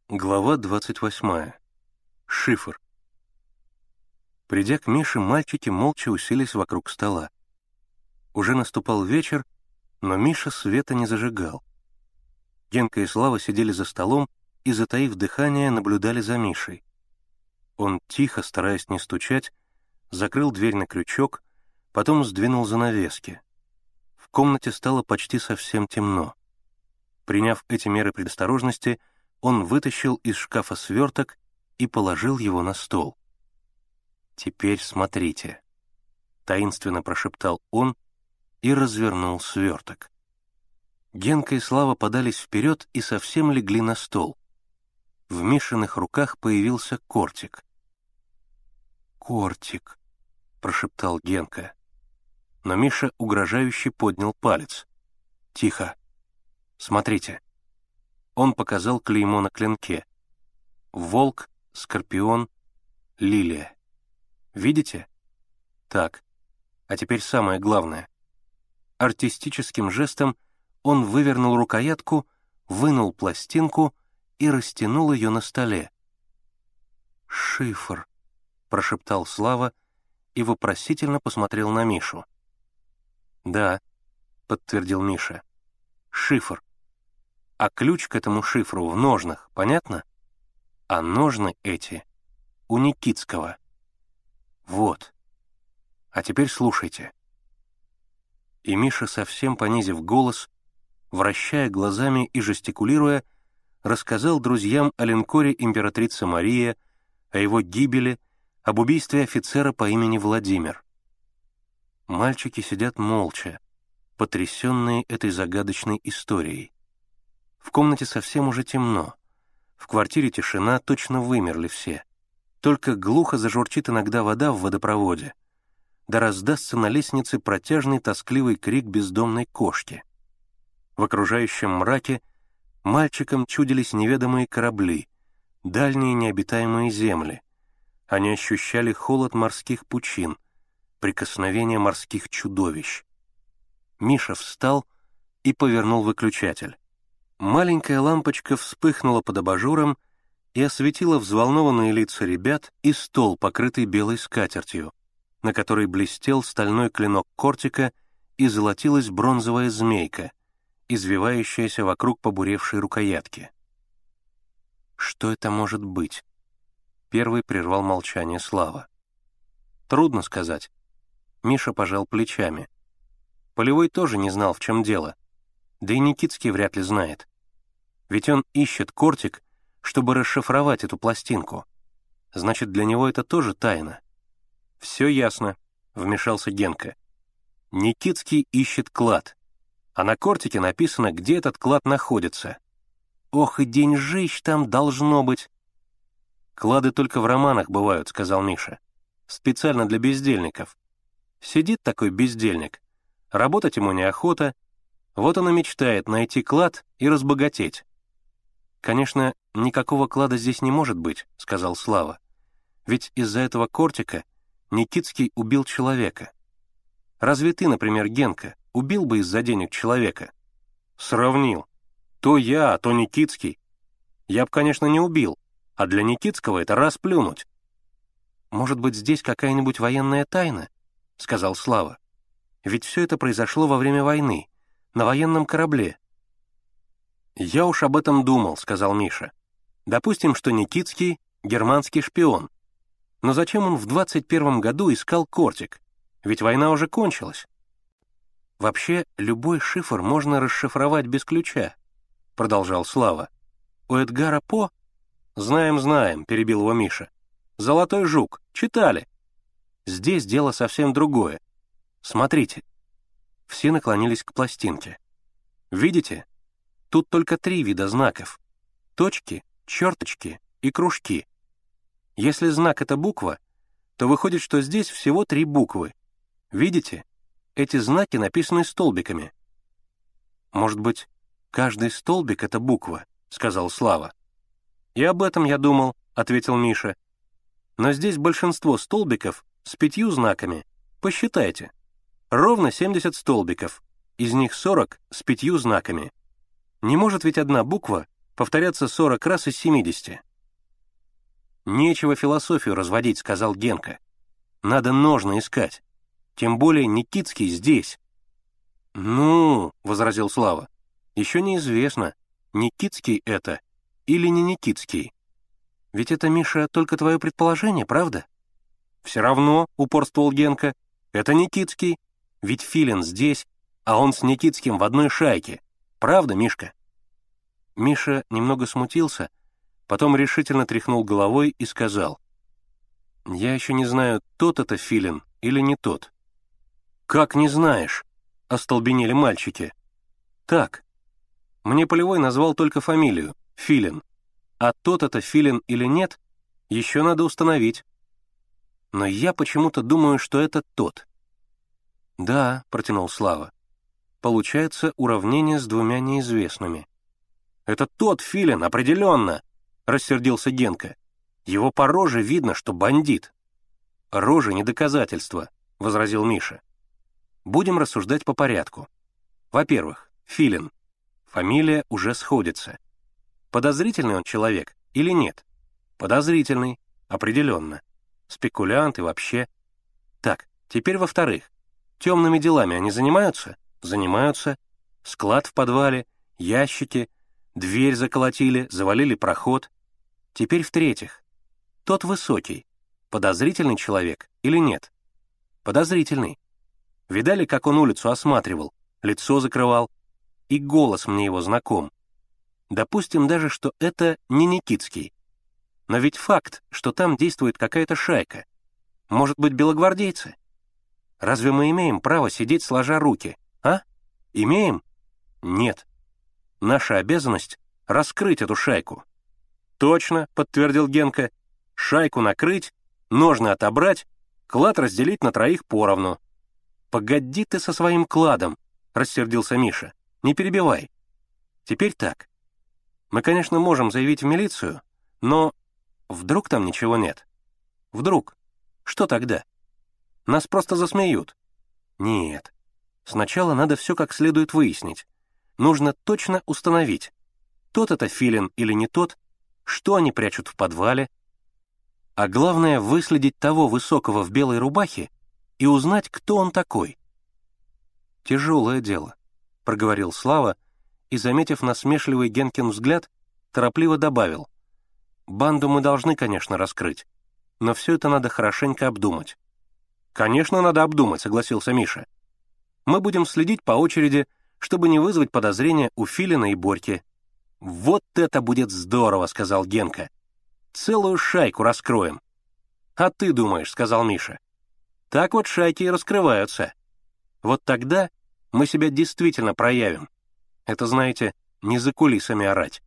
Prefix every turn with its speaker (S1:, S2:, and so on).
S1: Глава 28. Шифр. Придя к Мише, мальчики молча уселись вокруг стола. Уже наступал вечер, но Миша света не зажигал. Генка и Слава сидели за столом и, затаив дыхание, наблюдали за Мишей. Он тихо, стараясь не стучать, закрыл дверь на крючок, потом сдвинул занавески. В комнате стало почти совсем темно. Приняв эти меры предосторожности, он вытащил из шкафа сверток и положил его на стол. «Теперь смотрите», — таинственно прошептал он и развернул сверток. Генка и Слава подались вперед и совсем легли на стол. В Мишиных руках появился кортик. «Кортик», — прошептал Генка. Но Миша угрожающе поднял палец. «Тихо. Смотрите». Он показал клеймо на клинке. Волк, скорпион, лилия. Видите? Так. А теперь самое главное. Артистическим жестом он вывернул рукоятку, вынул пластинку и растянул ее на столе. «Шифр», — прошептал Слава и вопросительно посмотрел на Мишу. «Да», — подтвердил Миша, — «шифр. А ключ к этому шифру в ножнах, понятно? А ножны эти у Никитского. Вот. А теперь слушайте». И Миша, совсем понизив голос, вращая глазами и жестикулируя, рассказал друзьям о линкоре императрица Мария, о его гибели, об убийстве офицера по имени Владимир. Мальчики сидят молча, потрясенные этой загадочной историей. В комнате совсем уже темно. В квартире тишина, точно вымерли все. Только глухо зажурчит иногда вода в водопроводе. Да раздастся на лестнице протяжный тоскливый крик бездомной кошки. В окружающем мраке мальчикам чудились неведомые корабли, дальние необитаемые земли. Они ощущали холод морских пучин, прикосновение морских чудовищ. Миша встал и повернул выключатель. Маленькая лампочка вспыхнула под абажуром и осветила взволнованные лица ребят и стол, покрытый белой скатертью, на которой блестел стальной клинок кортика и золотилась бронзовая змейка, извивающаяся вокруг побуревшей рукоятки. «Что это может быть?» — первый прервал молчание Слава. «Трудно сказать». Миша пожал плечами. Полевой тоже не знал, в чем дело. Да и Никитский вряд ли знает. Ведь он ищет кортик, чтобы расшифровать эту пластинку. Значит, для него это тоже тайна. «Все ясно», — вмешался Генка. «Никитский ищет клад, а на кортике написано, где этот клад находится. Ох, и деньжищ там должно быть!» «Клады только в романах бывают», — сказал Миша. «Специально для бездельников. Сидит такой бездельник, работать ему неохота, вот он и мечтает найти клад и разбогатеть». «Конечно, никакого клада здесь не может быть», — сказал Слава. «Ведь из-за этого кортика Никитский убил человека. Разве ты, например, Генка, убил бы из-за денег человека?» «Сравнил. То я, а то Никитский. Я б, конечно, не убил, а для Никитского это расплюнуть». «Может быть, здесь какая-нибудь военная тайна?» — сказал Слава. «Ведь все это произошло во время войны, на военном корабле». «Я уж об этом думал», — сказал Миша. «Допустим, что Никитский — германский шпион. Но зачем он в 21 году искал кортик? Ведь война уже кончилась». «Вообще, любой шифр можно расшифровать без ключа», — продолжал Слава. «У Эдгара По...» «Знаем», — перебил его Миша. «Золотой жук. Читали». «Здесь дело совсем другое. Смотрите». Все наклонились к пластинке. «Видите? Тут только 3 вида знаков. Точки, черточки и кружки. Если знак — это буква, то выходит, что здесь всего 3 буквы. Видите? Эти знаки написаны столбиками». «Может быть, каждый столбик — это буква», — сказал Слава. «И об этом я думал», — ответил Миша. «Но здесь большинство столбиков с 5 знаками. Посчитайте. Ровно 70 столбиков, из них 40 с 5 знаками. Не может ведь одна буква повторяться 40 раз из 70. «Нечего философию разводить», — сказал Генка. «Надо ножны искать. Тем более Никитский здесь». «Ну», — возразил Слава, — «еще неизвестно, Никитский это или не Никитский. Ведь это, Миша, только твое предположение, правда?» «Все равно», — упорствовал Генка, — «это Никитский. Ведь Филин здесь, а он с Никитским в одной шайке. Правда, Мишка?» Миша немного смутился, потом решительно тряхнул головой и сказал: «Я еще не знаю, тот это Филин или не тот». «Как не знаешь?» — остолбенели мальчики. «Так. Мне Полевой назвал только фамилию — Филин. А тот это Филин или нет, еще надо установить. Но я почему-то думаю, что это тот». «Да», — протянул Слава. «Получается уравнение с двумя неизвестными». «Это тот Филин, определенно!» — рассердился Генка. «Его по роже видно, что бандит». «Рожа не доказательство», — возразил Миша. «Будем рассуждать по порядку. Во-первых, Филин. Фамилия уже сходится. Подозрительный он человек или нет? Подозрительный, определенно. Спекулянт и вообще. Так, теперь во-вторых. Темными делами они занимаются? Занимаются. Склад в подвале, ящики, дверь заколотили, завалили проход. Теперь в-третьих. Тот высокий. Подозрительный человек или нет? Подозрительный. Видали, как он улицу осматривал, лицо закрывал? И голос мне его знаком. Допустим даже, что это не Никитский. Но ведь факт, что там действует какая-то шайка. Может быть, белогвардейцы? Разве мы имеем право сидеть сложа руки, а? Имеем? Нет. Наша обязанность — раскрыть эту шайку. «Точно», — подтвердил Генка, — «шайку накрыть, ножны отобрать, клад разделить на 3 поровну». «Погоди ты со своим кладом», — рассердился Миша, — «не перебивай. Теперь так. Мы, конечно, можем заявить в милицию, но вдруг там ничего нет? Вдруг? Что тогда? Нас просто засмеют». «Нет. Сначала надо все как следует выяснить. Нужно точно установить, тот это Филин или не тот, что они прячут в подвале, а главное — выследить того высокого в белой рубахе и узнать, кто он такой». «Тяжелое дело», — проговорил Слава и, заметив насмешливый Генкин взгляд, торопливо добавил: «Банду мы должны, конечно, раскрыть, но все это надо хорошенько обдумать». «Конечно, надо обдумать», — согласился Миша. «Мы будем следить по очереди, чтобы не вызвать подозрения у Филина и Борьки». «Вот это будет здорово», — сказал Генка. «Целую шайку раскроем». «А ты думаешь», — сказал Миша. «Так вот шайки и раскрываются. Вот тогда мы себя действительно проявим. Это, знаете, не за кулисами орать».